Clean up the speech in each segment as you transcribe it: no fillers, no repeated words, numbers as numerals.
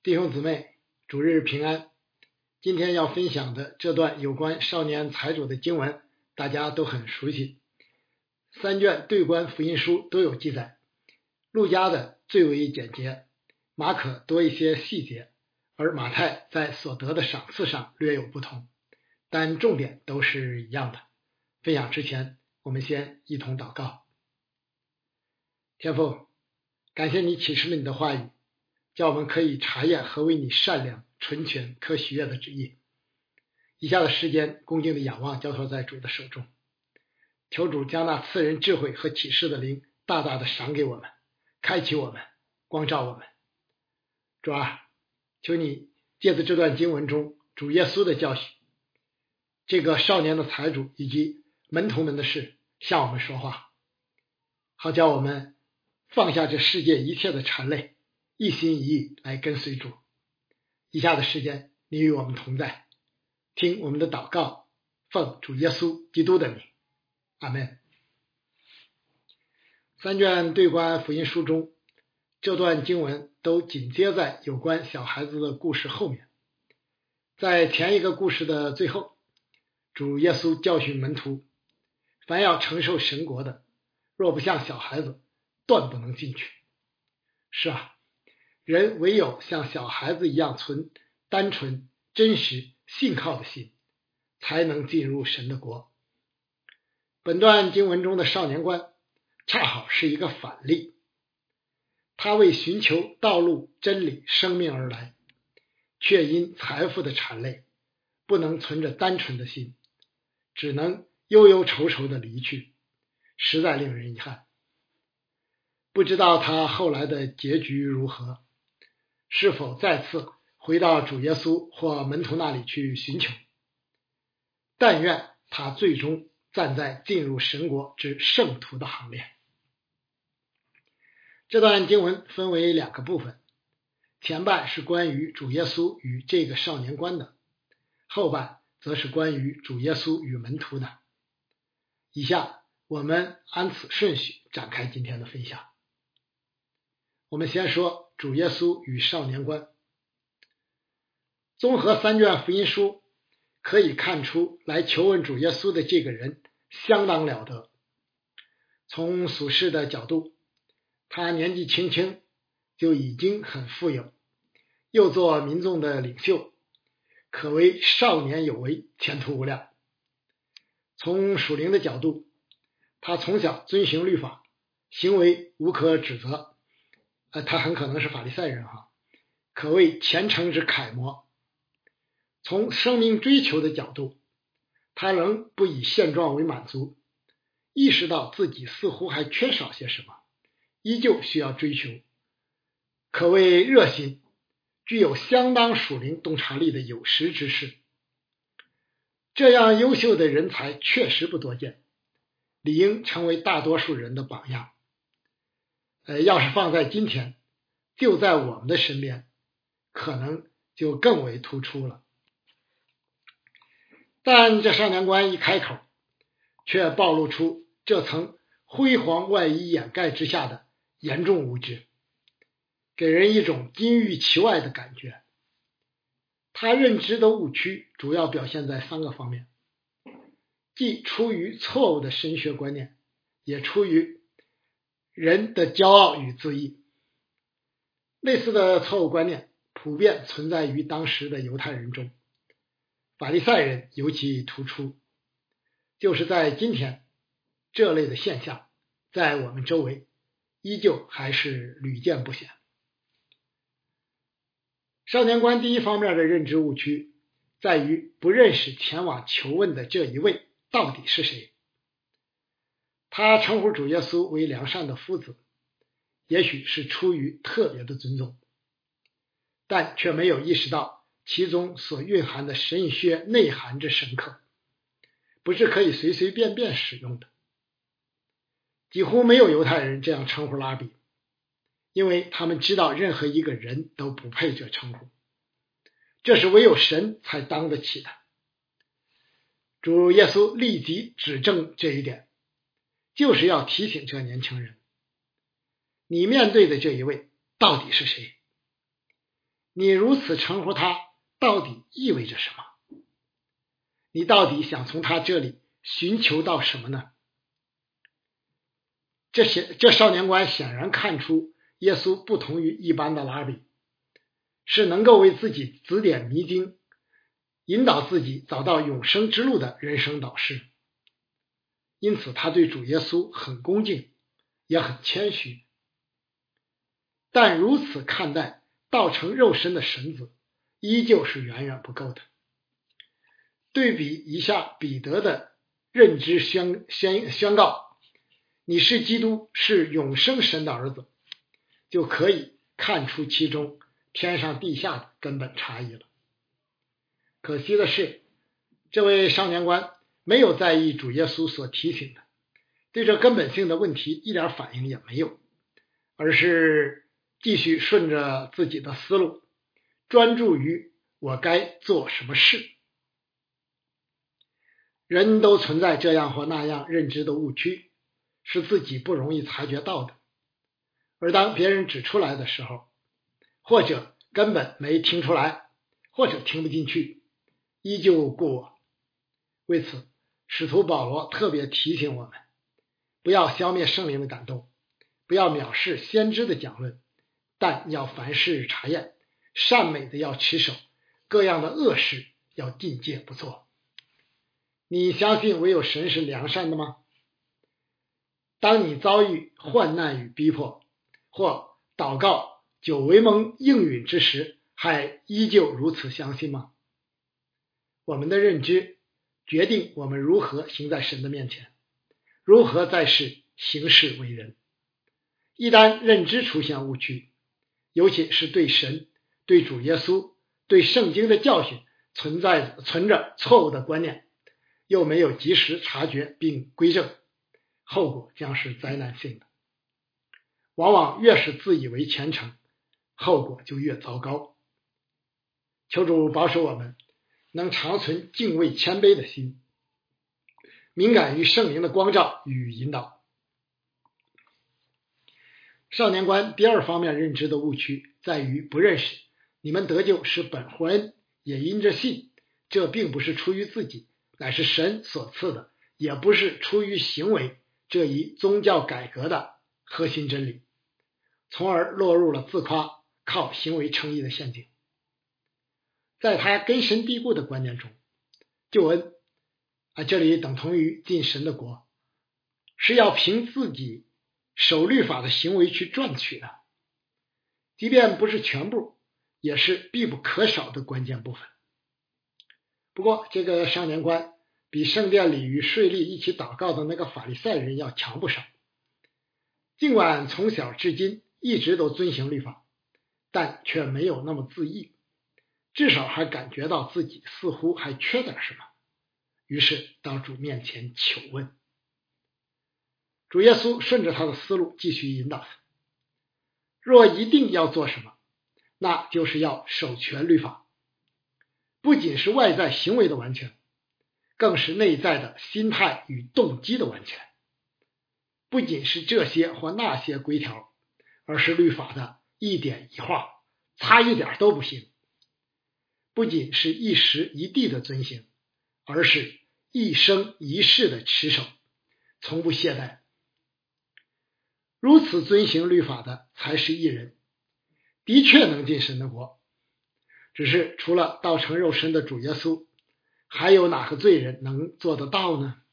弟兄姊妹，主日平安。今天要分享的这段有关少年财主的经文，大家都很熟悉。三卷对观福音书都有记载，路加的最为简洁，马可多一些细节，而马太在所得的赏赐上略有不同，但重点都是一样的。分享之前，我们先一同祷告。天父，感谢你启示了你的话语，叫我们可以查验何为你善良、纯全、可喜悦的旨意。以下的时间，恭敬的仰望交托在主的手中，求主将那赐人智慧和启示的灵大大的赏给我们，开启我们，光照我们。主啊，求你借着这段经文中主耶稣的教训，这个少年的财主以及门徒们的事，向我们说话，好叫我们放下这世界一切的缠累，一心一意来跟随主。以下的时间，你与我们同在，听我们的祷告，奉主耶稣基督的名，阿们。三卷对观福音书中，这段经文都紧接在有关小孩子的故事后面。在前一个故事的最后，主耶稣教训门徒，凡要承受神国的，若不像小孩子，断不能进去。是啊，人唯有像小孩子一样存单纯、真实、信靠的心，才能进入神的国。本段经文中的少年官恰好是一个反例，他为寻求道路、真理、生命而来，却因财富的缠累，不能存着单纯的心，只能忧忧愁愁的离去，实在令人遗憾。不知道他后来的结局如何，是否再次回到主耶稣或门徒那里去寻求，但愿他最终站在进入神国之圣徒的行列。这段经文分为两个部分，前半是关于主耶稣与这个少年官的，后半则是关于主耶稣与门徒的。以下我们按此顺序展开今天的分享。我们先说主耶稣与少年官。综合三卷福音书，可以看出来求问主耶稣的这个人相当了得。从属世的角度，他年纪轻轻就已经很富有，又做民众的领袖，可谓少年有为，前途无量。从属灵的角度，他从小遵行律法，行为无可指责，他很可能是法利赛人可谓虔诚之楷模。从生命追求的角度，他仍不以现状为满足，意识到自己似乎还缺少些什么，依旧需要追求，可谓热心，具有相当属灵洞察力的有识之士。这样优秀的人才确实不多见，理应成为大多数人的榜样。要是放在今天，就在我们的身边，可能就更为突出了。但这少年官一开口，却暴露出这层辉煌外衣掩盖之下的严重无知，给人一种金玉其外的感觉。他认知的误区主要表现在三个方面，既出于错误的神学观念，也出于人的骄傲与自义。类似的错误观念普遍存在于当时的犹太人中，法利赛人尤其突出。就是在今天，这类的现象在我们周围依旧还是屡见不鲜。少年官第一方面的认知误区在于不认识前往求问的这一位到底是谁。他称呼主耶稣为良善的夫子，也许是出于特别的尊重，但却没有意识到其中所蕴含的神学内涵之深刻，不是可以随随便便使用的。几乎没有犹太人这样称呼拉比，因为他们知道任何一个人都不配这称呼，这是唯有神才当得起的。主耶稣立即指正这一点，就是要提醒这年轻人，你面对的这一位到底是谁？ 你如此称呼他，到底意味着什么？你到底想从他这里寻求到什么呢？这少年官显然看出耶稣不同于一般的拉比，是能够为自己指点迷津，引导自己找到永生之路的人生导师。因此他对主耶稣很恭敬，也很谦虚。但如此看待道成肉身的神子，依旧是远远不够的。对比一下彼得的认知宣告，你是基督，是永生神的儿子，就可以看出其中天上地下的根本差异了。可惜的是，这位少年官没有在意主耶稣所提醒的，对这根本性的问题一点反应也没有，而是继续顺着自己的思路，专注于我该做什么事。人都存在这样或那样认知的误区，是自己不容易察觉到的，而当别人指出来的时候，或者根本没听出来，或者听不进去，依旧故我。为此，使徒保罗特别提醒我们，不要消灭圣灵的感动，不要藐视先知的讲论，但要凡事查验，善美的要持守，各样的恶事要禁戒不做。你相信唯有神是良善的吗？当你遭遇患难与逼迫，或祷告久违蒙应允之时，还依旧如此相信吗？我们的认知决定我们如何行在神的面前，如何在世行事为人。一旦认知出现误区，尤其是对神、对主耶稣、对圣经的教训存着错误的观念，又没有及时察觉并归正，后果将是灾难性的。往往越是自以为虔诚，后果就越糟糕。求主保守我们能长存敬畏谦卑的心，敏感于圣灵的光照与引导。少年官第二方面认知的误区在于不认识你们得救是本乎恩，也因着信，这并不是出于自己，乃是神所赐的，也不是出于行为，这一宗教改革的核心真理，从而落入了自夸靠行为称义的陷阱。在他根深蒂固的观念中，救恩这里等同于进神的国，是要凭自己守律法的行为去赚取的，即便不是全部，也是必不可少的关键部分。不过这个少年官比圣殿里与税吏一起祷告的那个法利赛人要强不少，尽管从小至今一直都遵行律法，但却没有那么自义，至少还感觉到自己似乎还缺点什么，于是到主面前求问。主耶稣顺着他的思路继续引导他，若一定要做什么，那就是要守全律法，不仅是外在行为的完全，更是内在的心态与动机的完全。不仅是这些或那些规条，而是律法的一点一画，差一点都不行。不仅是一时一地的遵行，而是一生一世的持守，从不懈怠。如此遵行律法的才是义人，的确能进神的国。只是除了道成肉身的主耶稣，还有哪个罪人能做得到呢？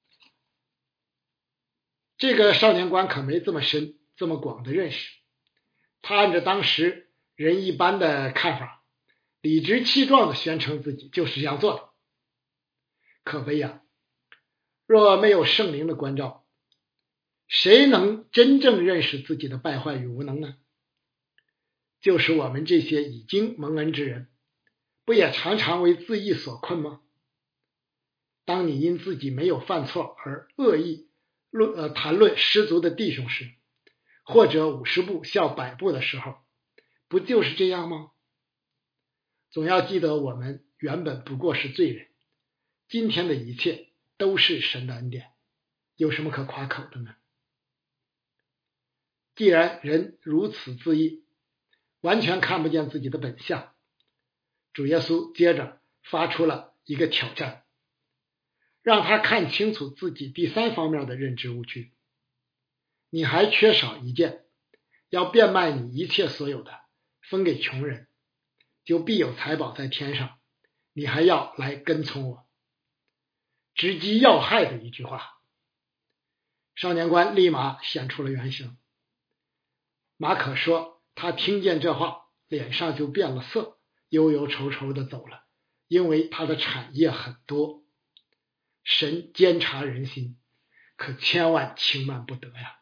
这个少年官可没这么深这么广的认识，他按照当时人一般的看法，理直气壮地宣称自己就是这样做的。可悲呀！若没有圣灵的关照，谁能真正认识自己的败坏与无能呢？就是我们这些已经蒙恩之人，不也常常为自义所困吗？当你因自己没有犯错而恶意谈论失足的弟兄时，或者50步笑100步的时候，不就是这样吗？总要记得我们原本不过是罪人，今天的一切都是神的恩典，有什么可夸口的呢？既然人如此自义， 完全看不见自己的本相。主耶稣接着发出了一个挑战，让他看清楚自己第三方面的认知误区。你还缺少一件，要变卖你一切所有的，分给穷人，就必有财宝在天上。你还要来跟从我。直击要害的一句话。少年官立马显出了原形。马可说他听见这话，脸上就变了色，忧忧愁愁的走了，因为他的产业很多。神监察人心，可千万轻慢不得呀。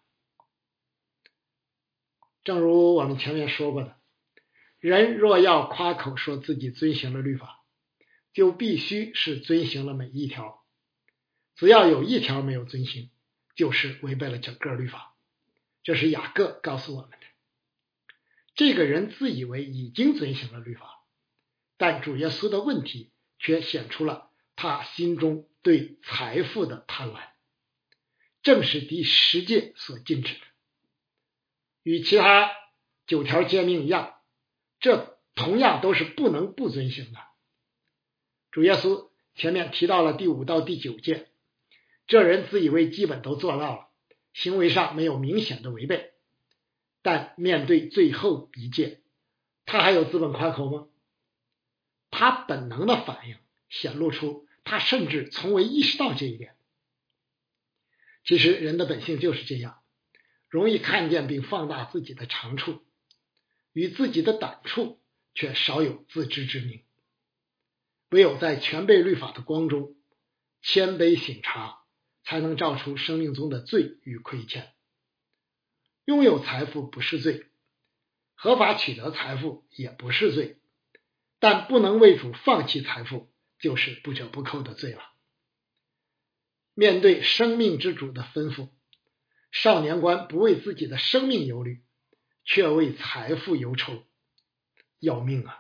正如我们前面说过的，人若要夸口说自己遵行了律法，就必须是遵行了每一条。只要有一条没有遵行，就是违背了整个律法。这是雅各告诉我们的。这个人自以为已经遵行了律法，但主耶稣的问题却显出了他心中对财富的贪婪，正是第10诫所禁止的。与其他9条诫命一样，这同样都是不能不遵行的。主耶稣前面提到了第5到第9诫，这人自以为基本都做到了，行为上没有明显的违背，但面对最后一诫，他还有资本夸口吗？他本能的反应显露出他甚至从未意识到这一点。其实人的本性就是这样，容易看见并放大自己的长处，与自己的短处却少有自知之明。唯有在全备律法的光中谦卑省察，才能照出生命中的罪与亏欠。拥有财富不是罪，合法取得财富也不是罪，但不能为主放弃财富，就是不折不扣的罪了。面对生命之主的吩咐，少年官不为自己的生命忧虑，却为财富忧愁，要命啊！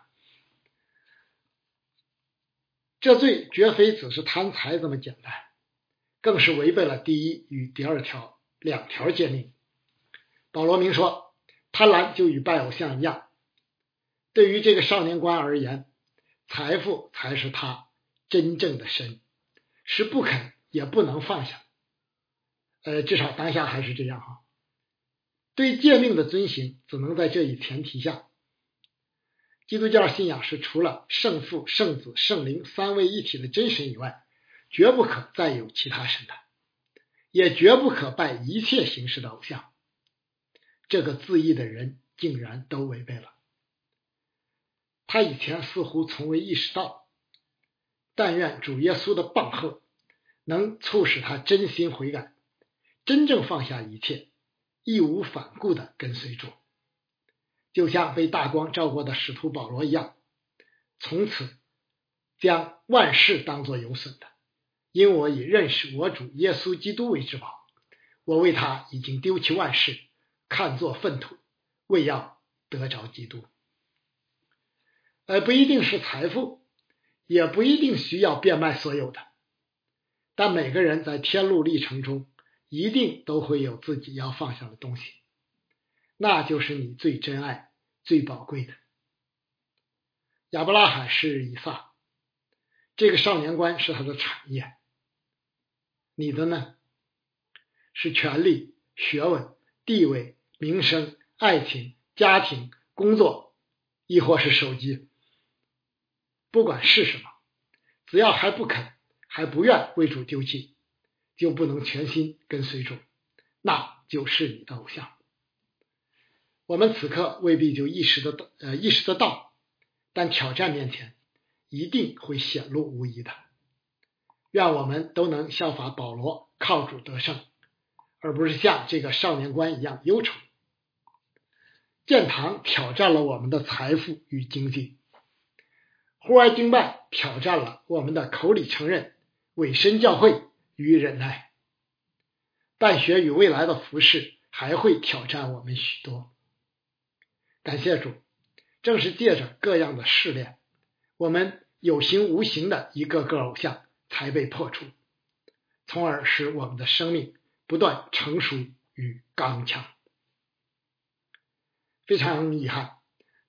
这罪绝非只是贪财这么简单，更是违背了第1与第2条2条诫命。保罗明说，贪婪就与拜偶像一样。对于这个少年官而言，财富才是他真正的神，是不肯也不能放下。至少当下还是这样哈。对诫命的遵行只能在这一前提下。基督教信仰是除了圣父、圣子、圣灵3位一体的真神以外，绝不可再有其他神的，也绝不可拜一切形式的偶像。这个自义的人竟然都违背了。他以前似乎从未意识到，但愿主耶稣的棒喝能促使他真心悔改，真正放下一切，义无反顾地跟随主。就像被大光照过的使徒保罗一样，从此将万事当作有损的，因我以认识我主耶稣基督为至宝。我为他已经丢弃万事，看作粪土，为要得着基督。不一定是财富，也不一定需要变卖所有的，但每个人在天路历程中一定都会有自己要放下的东西，那就是你最珍爱最宝贵的。亚伯拉罕是以撒，这个少年官是他的产业，你的呢？是权力、学问、地位、名声、爱情、家庭、工作，亦或是手机。不管是什么，只要还不肯还不愿为主丢弃，就不能全心跟随主，那就是你的偶像。我们此刻未必就意识得到，但挑战面前一定会显露无遗的。愿我们都能效法保罗，靠主得胜，而不是像这个少年官一样忧愁。建堂挑战了我们的财富与经济，户外敬拜挑战了我们的口里承认、委身教会与忍耐。办学与未来的服事还会挑战我们许多。感谢主，正是借着各样的试炼，我们有形无形的一个个偶像才被破除，从而使我们的生命不断成熟与刚强。非常遗憾，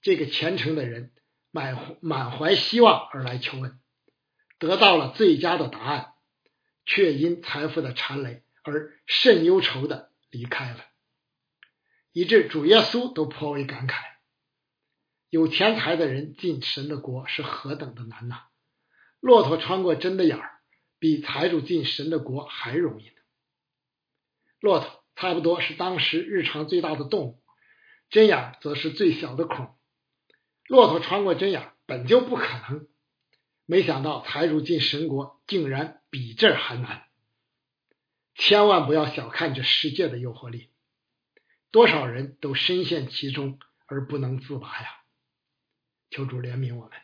这个虔诚的人满怀希望而来求问，得到了最佳的答案，却因财富的缠累而甚忧愁的离开了，以致主耶稣都颇为感慨，有钱财的人进神的国是何等的难呐！骆驼穿过针的眼儿，比财主进神的国还容易呢。骆驼差不多是当时日常最大的动物，针眼则是最小的孔。骆驼穿过针眼本就不可能，没想到财主进神国竟然比这还难。千万不要小看这世界的诱惑力，多少人都深陷其中而不能自拔呀！求主怜悯我们。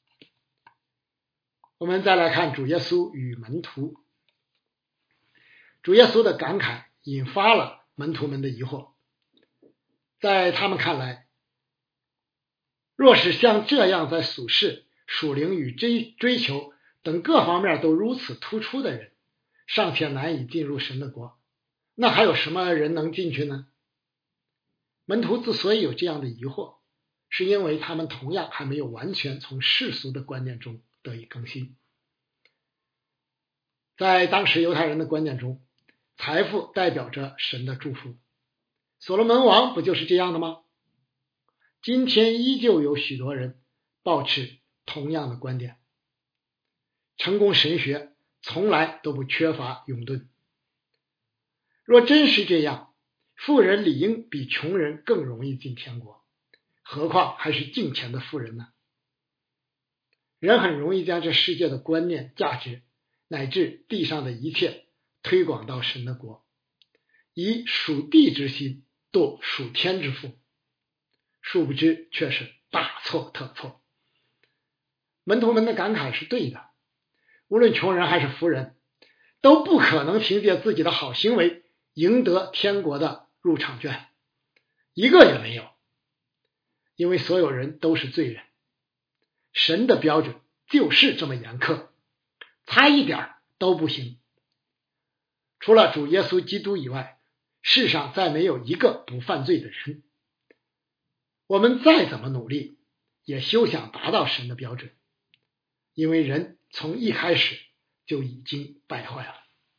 我们再来看主耶稣与门徒。主耶稣的感慨引发了门徒们的疑惑，在他们看来，若是像这样在属世、属灵与追求等各方面都如此突出的人，尚且难以进入神的国，那还有什么人能进去呢？门徒之所以有这样的疑惑，是因为他们同样还没有完全从世俗的观念中得以更新。在当时犹太人的观念中，财富代表着神的祝福，所罗门王不就是这样的吗？今天依旧有许多人抱持同样的观点。成功神学从来都不缺乏拥趸。若真是这样，富人理应比穷人更容易进天国，何况还是敬虔的富人呢？人很容易将这世界的观念、价值乃至地上的一切推广到神的国，以属地之心度属天之腹，殊不知却是大错特错。门徒们的感慨是对的，无论穷人还是富人，都不可能凭借自己的好行为赢得天国的入场券，一个也没有，因为所有人都是罪人，神的标准就是这么严苛，差一点都不行。除了主耶稣基督以外，世上再没有一个不犯罪的人。我们再怎么努力，也休想达到神的标准，因为人从一开始就已经败坏了。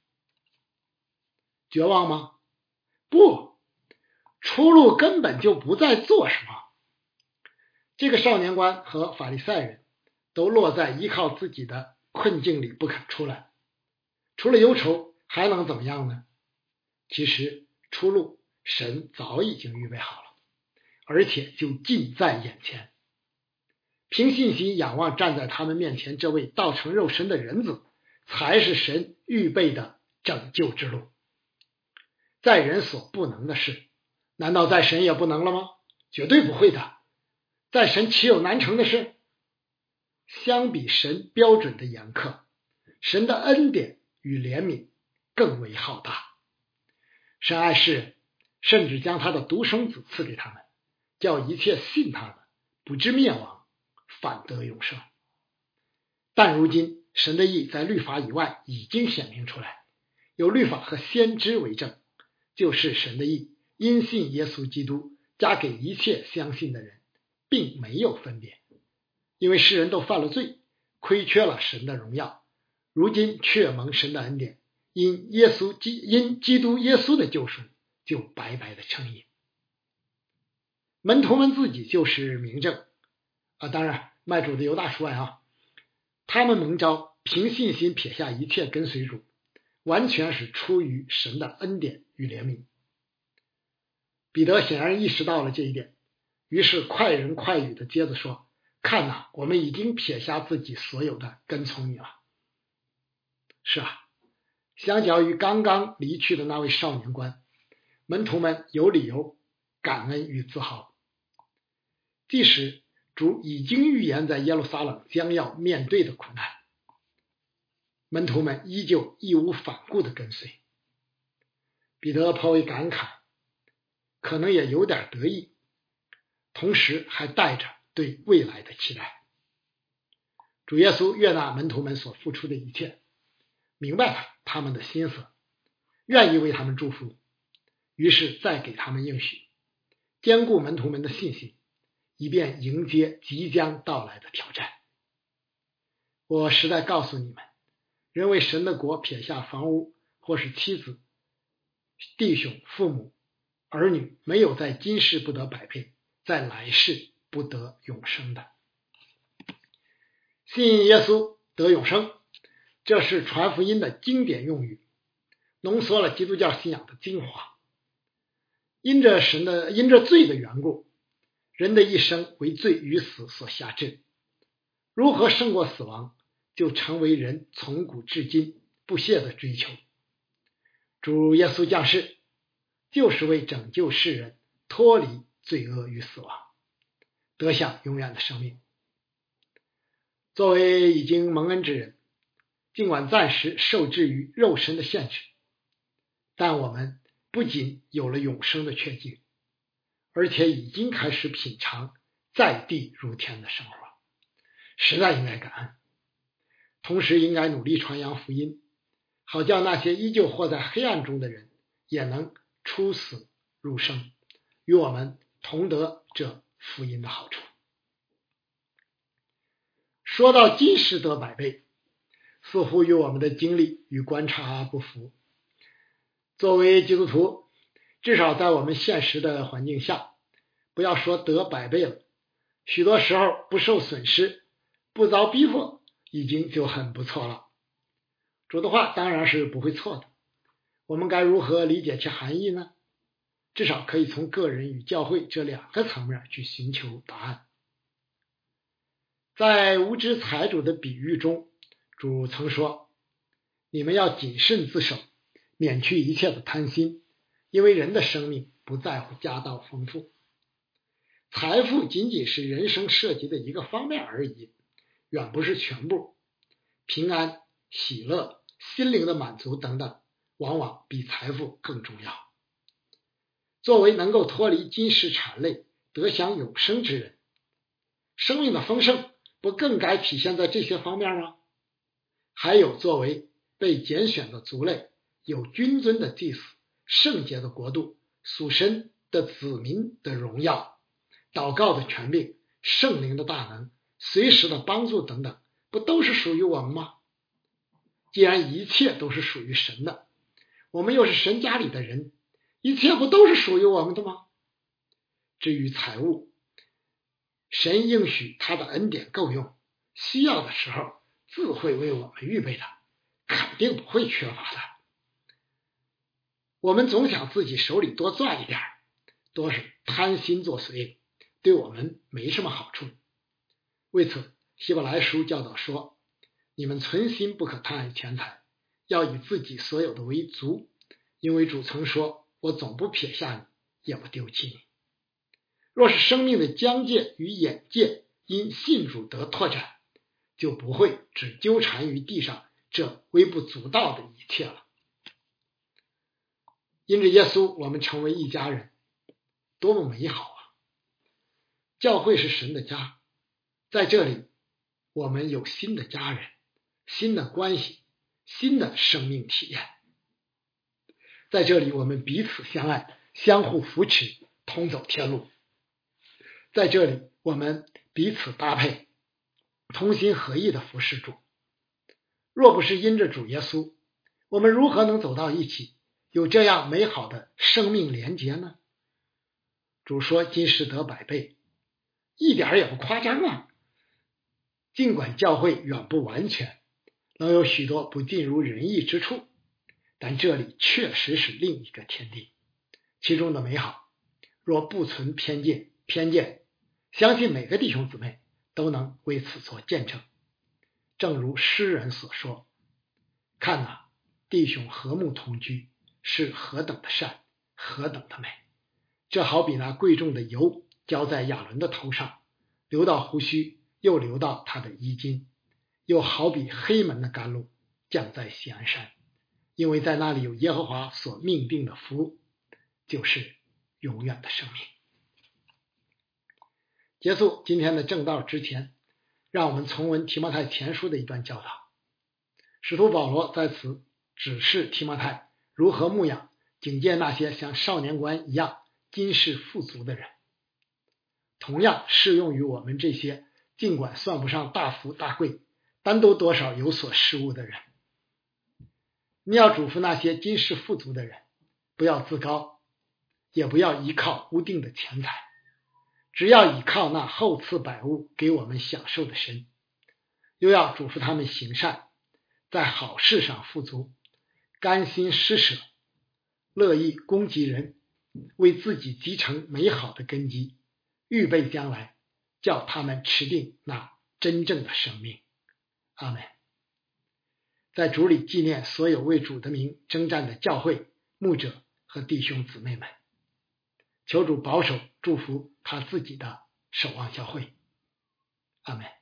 绝望吗？不，出路根本就不在做什么。这个少年官和法利赛人都落在依靠自己的困境里不肯出来，除了忧愁还能怎么样呢？其实出路神早已经预备好了，而且就近在眼前。凭信心仰望站在他们面前这位道成肉身的人子，才是神预备的拯救之路。在人所不能的事，难道在神也不能了吗？绝对不会的。在神岂有难成的事？相比神标准的严苛，神的恩典与怜悯更为浩大。神爱世人，甚至将他的独生子赐给他们，叫一切信他的不至灭亡，反得永生。但如今神的义在律法以外已经显明出来，有律法和先知为证，就是神的义因信耶稣基督加给一切相信的人，并没有分别。因为世人都犯了罪，亏缺了神的荣耀，如今却蒙神的恩典，因基督耶稣的救赎，就白白的称义。门徒们自己就是明证当然卖主的犹大除外啊。他们蒙召凭信心撇下一切跟随主，完全是出于神的恩典与怜悯。彼得显然意识到了这一点，于是快人快语的接着说，看哪，我们已经撇下自己所有的跟从你了。是啊，相较于刚刚离去的那位少年官，门徒们有理由感恩与自豪。即使主已经预言在耶路撒冷将要面对的苦难，门徒们依旧义无反顾的跟随。彼得颇为感慨，可能也有点得意，同时还带着对未来的期待。主耶稣悦纳门徒们所付出的一切，明白他们的心思，愿意为他们祝福，于是再给他们应许，坚固门徒们的信心， 以便迎接即将到来的挑战。我实在告诉你们，人为神的国撇下房屋，或是妻子、弟兄、父母、儿女，没有在今世不得百倍，在来世不得永生的。信耶稣得永生，这是传福音的经典用语，浓缩了基督教信仰的精华。因着罪的缘故，人的一生为罪与死所辖制，如何胜过死亡，就成为人从古至今不懈的追求。主耶稣降世，就是为拯救世人脱离罪恶与死亡，得享永远的生命。作为已经蒙恩之人，尽管暂时受制于肉身的限制，但我们不仅有了永生的确据，而且已经开始品尝在地如天的生活，实在应该感恩。同时应该努力传扬福音，好叫那些依旧活在黑暗中的人也能出死入生，与我们同得这福音的好处。说到今世得百倍，似乎与我们的经历与观察不符。作为基督徒，至少在我们现实的环境下，不要说得百倍了，许多时候不受损失，不遭逼迫，已经就很不错了。主的话当然是不会错的，我们该如何理解其含义呢？至少可以从个人与教会这两个层面去寻求答案。在无知财主的比喻中，主曾说，你们要谨慎自守，免去一切的贪心，因为人的生命不在乎家道丰富。财富仅仅是人生涉及的一个方面而已，远不是全部。平安、喜乐、心灵的满足等等，往往比财富更重要。作为能够脱离今世产类，得享永生之人，生命的丰盛不更该体现在这些方面吗？还有作为被拣选的族类，有君尊的祭司、圣洁的国度、属神的子民的荣耀、祷告的权柄、圣灵的大能、随时的帮助等等，不都是属于我们吗？既然一切都是属于神的，我们又是神家里的人，一切不都是属于我们的吗？至于财物，神应许他的恩典够用，需要的时候自会为我们预备的，肯定不会缺乏的。我们总想自己手里多赚一点，多是贪心作祟，对我们没什么好处。为此，希伯来书教导说，你们存心不可贪爱钱财，要以自己所有的为足，因为主曾说，我总不撇下你，也不丢弃你。若是生命的疆界与眼界因信主得拓展，就不会只纠缠于地上这微不足道的一切了。因着耶稣，我们成为一家人，多么美好啊！教会是神的家，在这里我们有新的家人、新的关系、新的生命体验。在这里我们彼此相爱，相互扶持，同走天路。在这里我们彼此搭配，同心合意的服侍主。若不是因着主耶稣，我们如何能走到一起，有这样美好的生命连结呢？主说今世得百倍，一点也不夸张啊！尽管教会远不完全，能有许多不尽如人意之处，但这里确实是另一个天地，其中的美好，若不存偏见，相信每个弟兄姊妹都能为此做见证。正如诗人所说，看哪，弟兄和睦同居，是何等的善，何等的美。这好比那贵重的油浇在亚伦的头上，流到胡须，又流到他的衣襟，又好比黑门的甘露降在锡安山，因为在那里有耶和华所命定的福，就是永远的生命。结束今天的正道之前，让我们重温提摩太前书的一段教导。使徒保罗在此指示提摩太如何牧养警戒那些像少年官一样今世富足的人。 同样适用于我们这些尽管算不上大富大贵，但都多少有所失误的人。你要嘱咐那些今世富足的人，不要自高，也不要依靠无定的钱财，只要依靠那厚赐百物给我们享受的神。又要嘱咐他们行善，在好事上富足，甘心施舍，乐意供给人，为自己积成美好的根基，预备将来，叫他们持定那真正的生命。阿们。在主里纪念所有为主的名征战的教会、牧者和弟兄姊妹们，求主保守祝福他自己的守望教会。阿们。